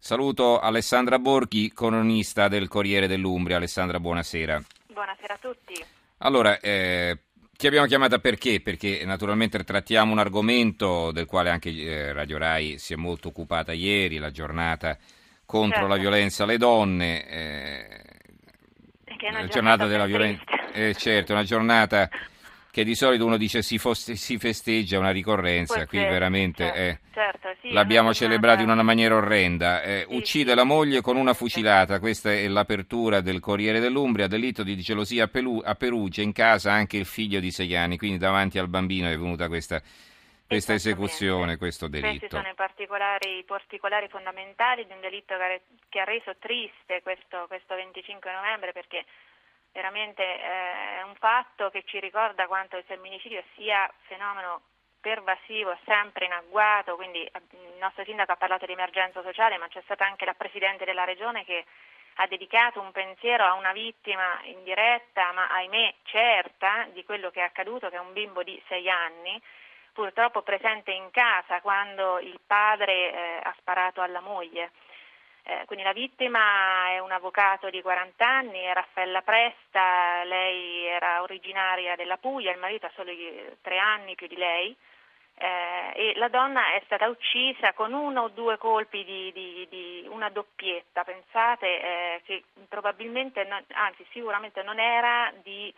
Saluto Alessandra Borghi, cronista del Corriere dell'Umbria. Alessandra, buonasera. Buonasera a tutti. Allora, ti abbiamo chiamata perché? Perché naturalmente trattiamo un argomento del quale anche Radio Rai si è molto occupata ieri, la giornata contro la Certo, violenza alle donne, che è una la giornata giornata della ben violenza, triste. certo, una giornata che di solito uno dice si festeggia, una ricorrenza, qui Forse, veramente certo, sì, è una l'abbiamo celebrato in giornata, una maniera orrenda. sì, Uccide sì, la moglie con una decisamente. fucilata, questa è l'apertura del Corriere dell'Umbria, delitto di gelosia a Perugia, in casa anche il figlio di 6 anni, quindi davanti al bambino è venuta questa Esattamente. esecuzione, questo Questi delitto. sono i particolari fondamentali di un delitto che ha reso triste questo 25 novembre, perché veramente è un fatto che ci ricorda quanto il femminicidio sia fenomeno pervasivo, sempre in agguato. Quindi il nostro sindaco ha parlato di emergenza sociale, ma c'è stata anche la Presidente della Regione che ha dedicato un pensiero a una vittima indiretta, ma ahimè certa, di quello che è accaduto, che è un bimbo di 6 anni, purtroppo presente in casa quando il padre ha sparato alla moglie. Quindi la vittima è un avvocato di 40 anni, è Raffaella Presta, lei era originaria della Puglia, il marito ha solo 3 anni più di lei, e la donna è stata uccisa con uno o due colpi di una doppietta, pensate, che probabilmente, anzi sicuramente non era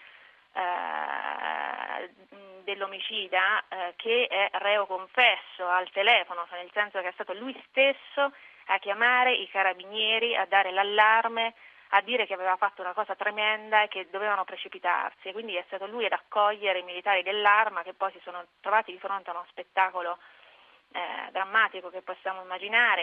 dell'omicida, che è reo confesso al telefono, cioè nel senso che è stato lui stesso a chiamare i carabinieri, a dare l'allarme, a dire che aveva fatto una cosa tremenda e che dovevano precipitarsi, e quindi è stato lui ad accogliere i militari dell'Arma, che poi si sono trovati di fronte a uno spettacolo drammatico che possiamo immaginare.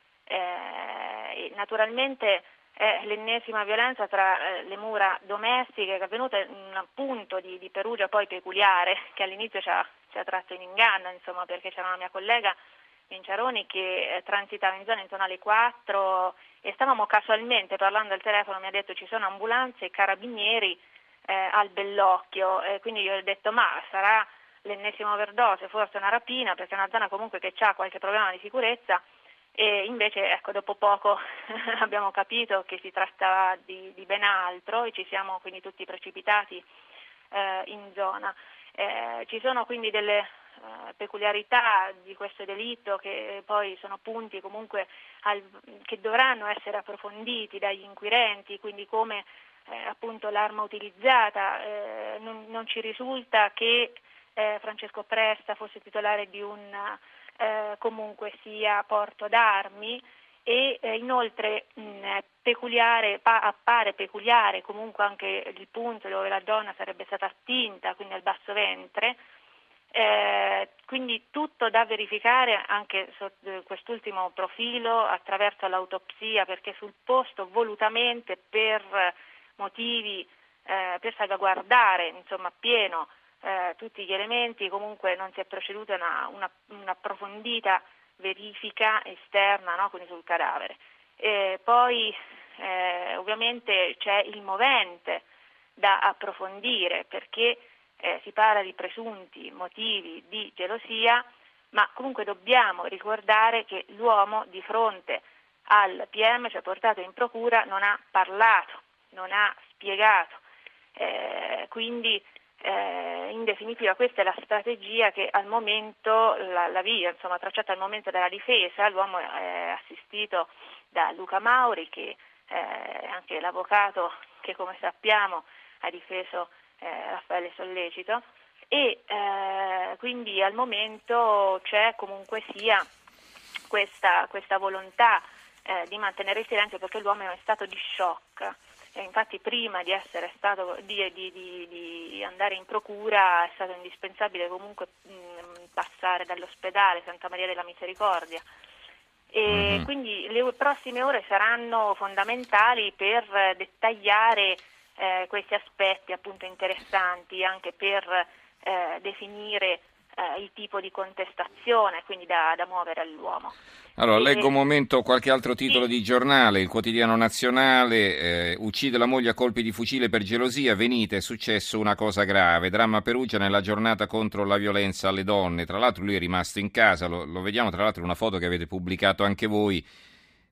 E naturalmente è l'ennesima violenza tra le mura domestiche, che è avvenuta in un punto di Perugia poi peculiare, che all'inizio ci ha tratto in inganno, insomma, perché c'era una mia collega Vinciaroni che transitava in zona intorno alle 4 e stavamo casualmente parlando al telefono, mi ha detto ci sono ambulanze e carabinieri al Bellocchio, quindi io ho detto ma sarà l'ennesima overdose, forse una rapina, perché è una zona comunque che ha qualche problema di sicurezza. E invece, ecco, dopo poco abbiamo capito che si trattava di ben altro e ci siamo quindi tutti precipitati in zona. Ci sono quindi delle peculiarità di questo delitto che poi sono punti comunque che dovranno essere approfonditi dagli inquirenti, quindi come appunto l'arma utilizzata. Non ci risulta che Francesco Presta fosse titolare di un comunque sia porto d'armi, e inoltre appare peculiare comunque anche il punto dove la donna sarebbe stata attinta, quindi al basso ventre. Quindi tutto da verificare anche quest'ultimo profilo attraverso l'autopsia, perché sul posto volutamente per motivi per salvaguardare insomma appieno tutti gli elementi, comunque non si è proceduto a un'approfondita verifica esterna, no? Quindi sul cadavere. Poi ovviamente c'è il movente da approfondire, perché si parla di presunti motivi di gelosia, ma comunque dobbiamo ricordare che l'uomo di fronte al PM, cioè portato in procura, non ha parlato, non ha spiegato, quindi in definitiva questa è la strategia che al momento, la via insomma tracciata al momento della difesa. L'uomo è assistito da Luca Mauri, che è anche l'avvocato che, come sappiamo, ha difeso Raffaele Sollecito, e quindi al momento c'è comunque sia questa volontà di mantenere il silenzio, perché l'uomo è in stato di shock. E infatti prima di essere stato di andare in procura è stato indispensabile comunque passare dall'ospedale Santa Maria della Misericordia. E quindi le prossime ore saranno fondamentali per dettagliare questi aspetti appunto interessanti, anche per definire il tipo di contestazione quindi da muovere all'uomo. Allora, leggo un momento qualche altro titolo Sì, di giornale. Il Quotidiano Nazionale, uccide la moglie a colpi di fucile per gelosia, venite, è successo una cosa grave. Dramma a Perugia nella giornata contro la violenza alle donne. Tra l'altro lui è rimasto in casa, lo vediamo tra l'altro in una foto che avete pubblicato anche voi,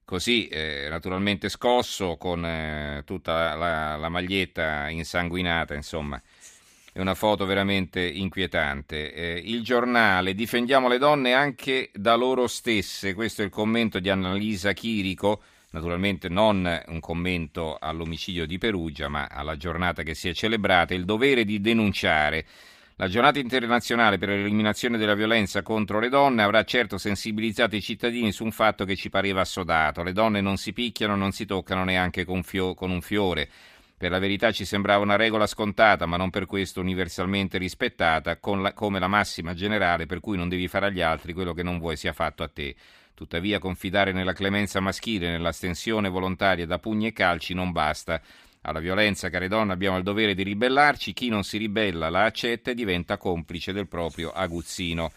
così naturalmente scosso con tutta la maglietta insanguinata, insomma. È una foto veramente inquietante. Il giornale, difendiamo le donne anche da loro stesse, questo è il commento di Annalisa Chirico, naturalmente non un commento all'omicidio di Perugia, ma alla giornata che si è celebrata, il dovere di denunciare. La giornata internazionale per l'eliminazione della violenza contro le donne avrà certo sensibilizzato i cittadini su un fatto che ci pareva assodato. Le donne non si picchiano, non si toccano neanche con un fiore. Per la verità ci sembrava una regola scontata, ma non per questo universalmente rispettata, come la massima generale per cui non devi fare agli altri quello che non vuoi sia fatto a te. Tuttavia confidare nella clemenza maschile, nell'astensione volontaria da pugni e calci non basta. Alla violenza, care donne, abbiamo il dovere di ribellarci. Chi non si ribella la accetta e diventa complice del proprio aguzzino.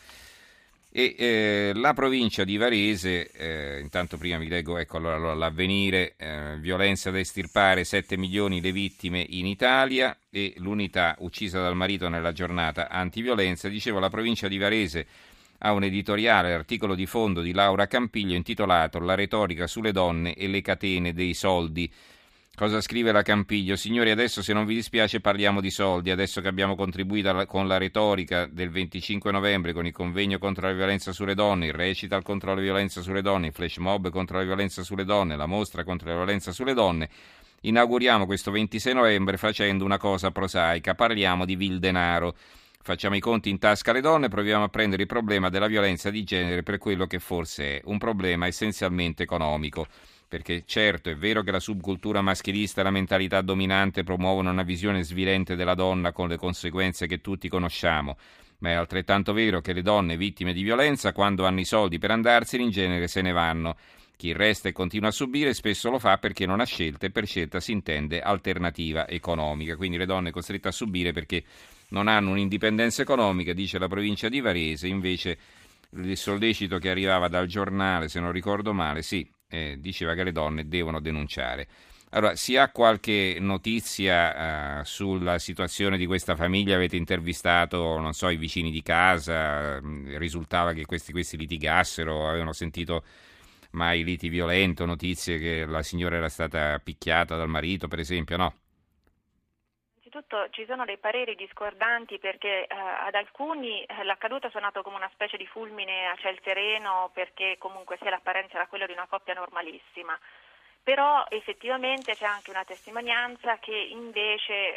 E la provincia di Varese, intanto prima vi leggo, ecco allora l'Avvenire, violenza da estirpare, 7 milioni le vittime in Italia, e l'Unità uccisa dal marito nella giornata antiviolenza. Dicevo, la provincia di Varese ha un editoriale, articolo di fondo di Laura Campiglio intitolato La retorica sulle donne e le catene dei soldi. Cosa scrive la Campiglio? Signori, adesso se non vi dispiace parliamo di soldi, adesso che abbiamo contribuito con la retorica del 25 novembre, con il convegno contro la violenza sulle donne, il recital contro la violenza sulle donne, il flash mob contro la violenza sulle donne, la mostra contro la violenza sulle donne, inauguriamo questo 26 novembre facendo una cosa prosaica, parliamo di vil denaro. Facciamo i conti in tasca alle donne, proviamo a prendere il problema della violenza di genere per quello che forse è, un problema essenzialmente economico. Perché certo è vero che la subcultura maschilista e la mentalità dominante promuovono una visione svilente della donna con le conseguenze che tutti conosciamo, ma è altrettanto vero che le donne vittime di violenza, quando hanno i soldi per andarsene, in genere se ne vanno. Chi resta e continua a subire spesso lo fa perché non ha scelta, e per scelta si intende alternativa economica. Quindi le donne costrette a subire perché non hanno un'indipendenza economica, dice la provincia di Varese. Invece il sollecito che arrivava dal giornale, se non ricordo male, sì, diceva che le donne devono denunciare. Allora, si ha qualche notizia sulla situazione di questa famiglia? Avete intervistato, non so, i vicini di casa? Risultava che questi litigassero? Avevano sentito mai liti violenti, notizie che la signora era stata picchiata dal marito, per esempio, no? Innanzitutto ci sono dei pareri discordanti perché ad alcuni l'accaduto è suonato come una specie di fulmine a ciel sereno, perché comunque sia l'apparenza era quella di una coppia normalissima. Però effettivamente c'è anche una testimonianza che invece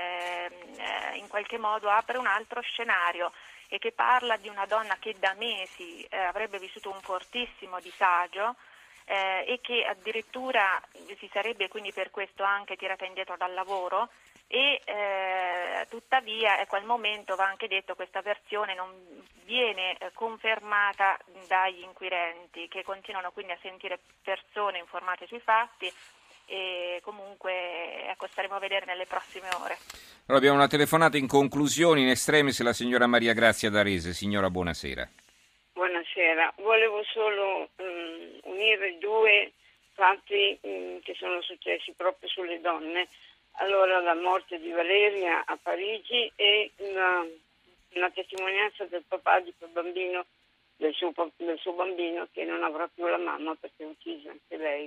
in qualche modo apre un altro scenario e che parla di una donna che da mesi avrebbe vissuto un fortissimo disagio e che addirittura si sarebbe quindi per questo anche tirata indietro dal lavoro. E tuttavia ecco, al momento va anche detto questa versione non viene confermata dagli inquirenti, che continuano quindi a sentire persone informate sui fatti, e comunque ecco, staremo a vedere nelle prossime ore. Allora abbiamo una telefonata in conclusione, in estremis, la signora Maria Grazia d'Arese. Signora, buonasera. Buonasera, volevo solo unire due fatti che sono successi proprio sulle donne. Allora, la morte di Valeria a Parigi e una testimonianza del papà di quel bambino, del suo bambino, che non avrà più la mamma perché è uccisa anche lei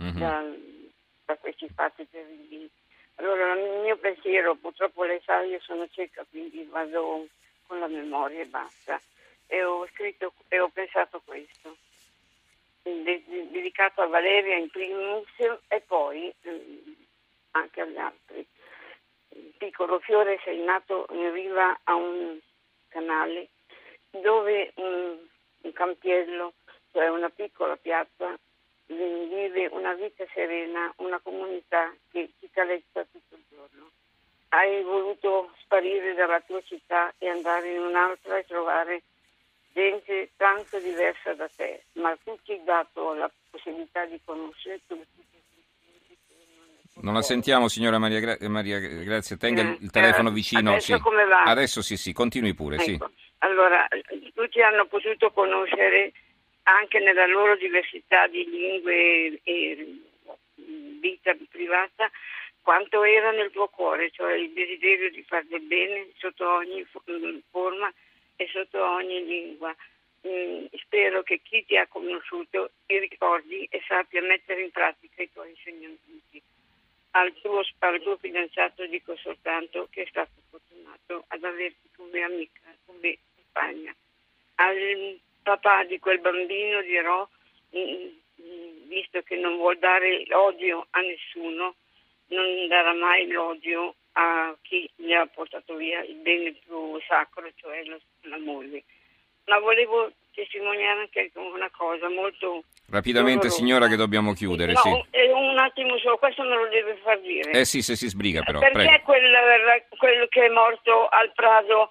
da questi fatti terribili. Allora, il mio pensiero, purtroppo lei sa, io sono cieca, quindi vado con la memoria e basta. E ho scritto e ho pensato questo, dedicato a Valeria in primis e poi anche agli altri. Il piccolo fiore sei nato in riva a un canale dove un campiello, cioè una piccola piazza, vive una vita serena, una comunità che ti carezza tutto il giorno. Hai voluto sparire dalla tua città e andare in un'altra e trovare gente tanto diversa da te, ma tu ti hai dato la possibilità di conoscere tutti. Non la sentiamo, signora Maria Grazia, tenga il telefono vicino. Adesso sì. come va? Adesso sì, continui pure, sì. Ecco. Allora, tutti hanno potuto conoscere anche nella loro diversità di lingue e vita privata quanto era nel tuo cuore, cioè il desiderio di fare del bene sotto ogni forma e sotto ogni lingua. spero che chi ti ha conosciuto ti ricordi e sappia mettere in pratica i tuoi insegnamenti. Al tuo fidanzato dico soltanto che è stato fortunato ad averti come amica, come compagna. Al papà di quel bambino dirò, visto che non vuol dare l'odio a nessuno, non darà mai l'odio a chi gli ha portato via il bene più sacro, cioè la moglie. Ma volevo testimoniare anche una cosa molto rapidamente, dolorosa. signora, che dobbiamo chiudere. No, sì. Un attimo solo, questo me lo deve far dire. Sì, se si sbriga però. Perché quello che è morto al Pardo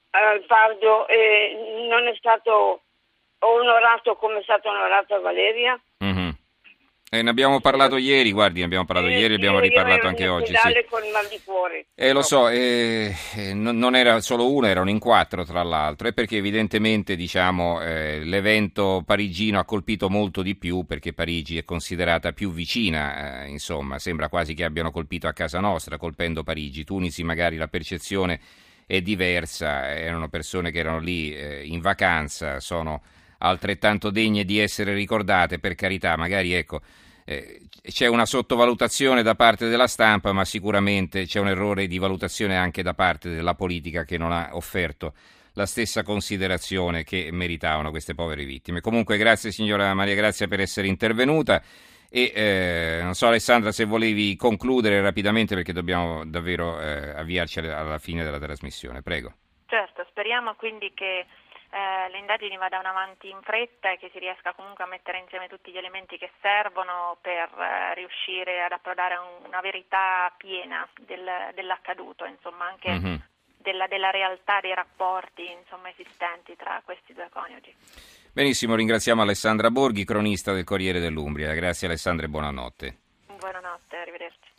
non è stato onorato come è stato onorato Valeria? Mm-hmm. Ne abbiamo parlato ieri, guardi, abbiamo riparlato anche oggi. Sì. Con il mal di cuore. Lo so, non era solo uno, erano in 4 tra l'altro, e perché evidentemente l'evento parigino ha colpito molto di più, perché Parigi è considerata più vicina, insomma, sembra quasi che abbiano colpito a casa nostra, colpendo Parigi. Tunisi magari la percezione è diversa, erano persone che erano lì in vacanza, sono altrettanto degne di essere ricordate, per carità, magari c'è una sottovalutazione da parte della stampa, ma sicuramente c'è un errore di valutazione anche da parte della politica, che non ha offerto la stessa considerazione che meritavano queste povere vittime. Comunque grazie signora Maria Grazia per essere intervenuta e non so Alessandra se volevi concludere rapidamente, perché dobbiamo davvero avviarci alla fine della trasmissione. Prego. Certo, speriamo quindi che le indagini vadano avanti in fretta e che si riesca comunque a mettere insieme tutti gli elementi che servono per riuscire ad approdare a una verità piena dell'accaduto, insomma anche della realtà dei rapporti esistenti tra questi due coniugi. Benissimo, ringraziamo Alessandra Borghi, cronista del Corriere dell'Umbria. Grazie Alessandra e buonanotte. Buonanotte, arrivederci.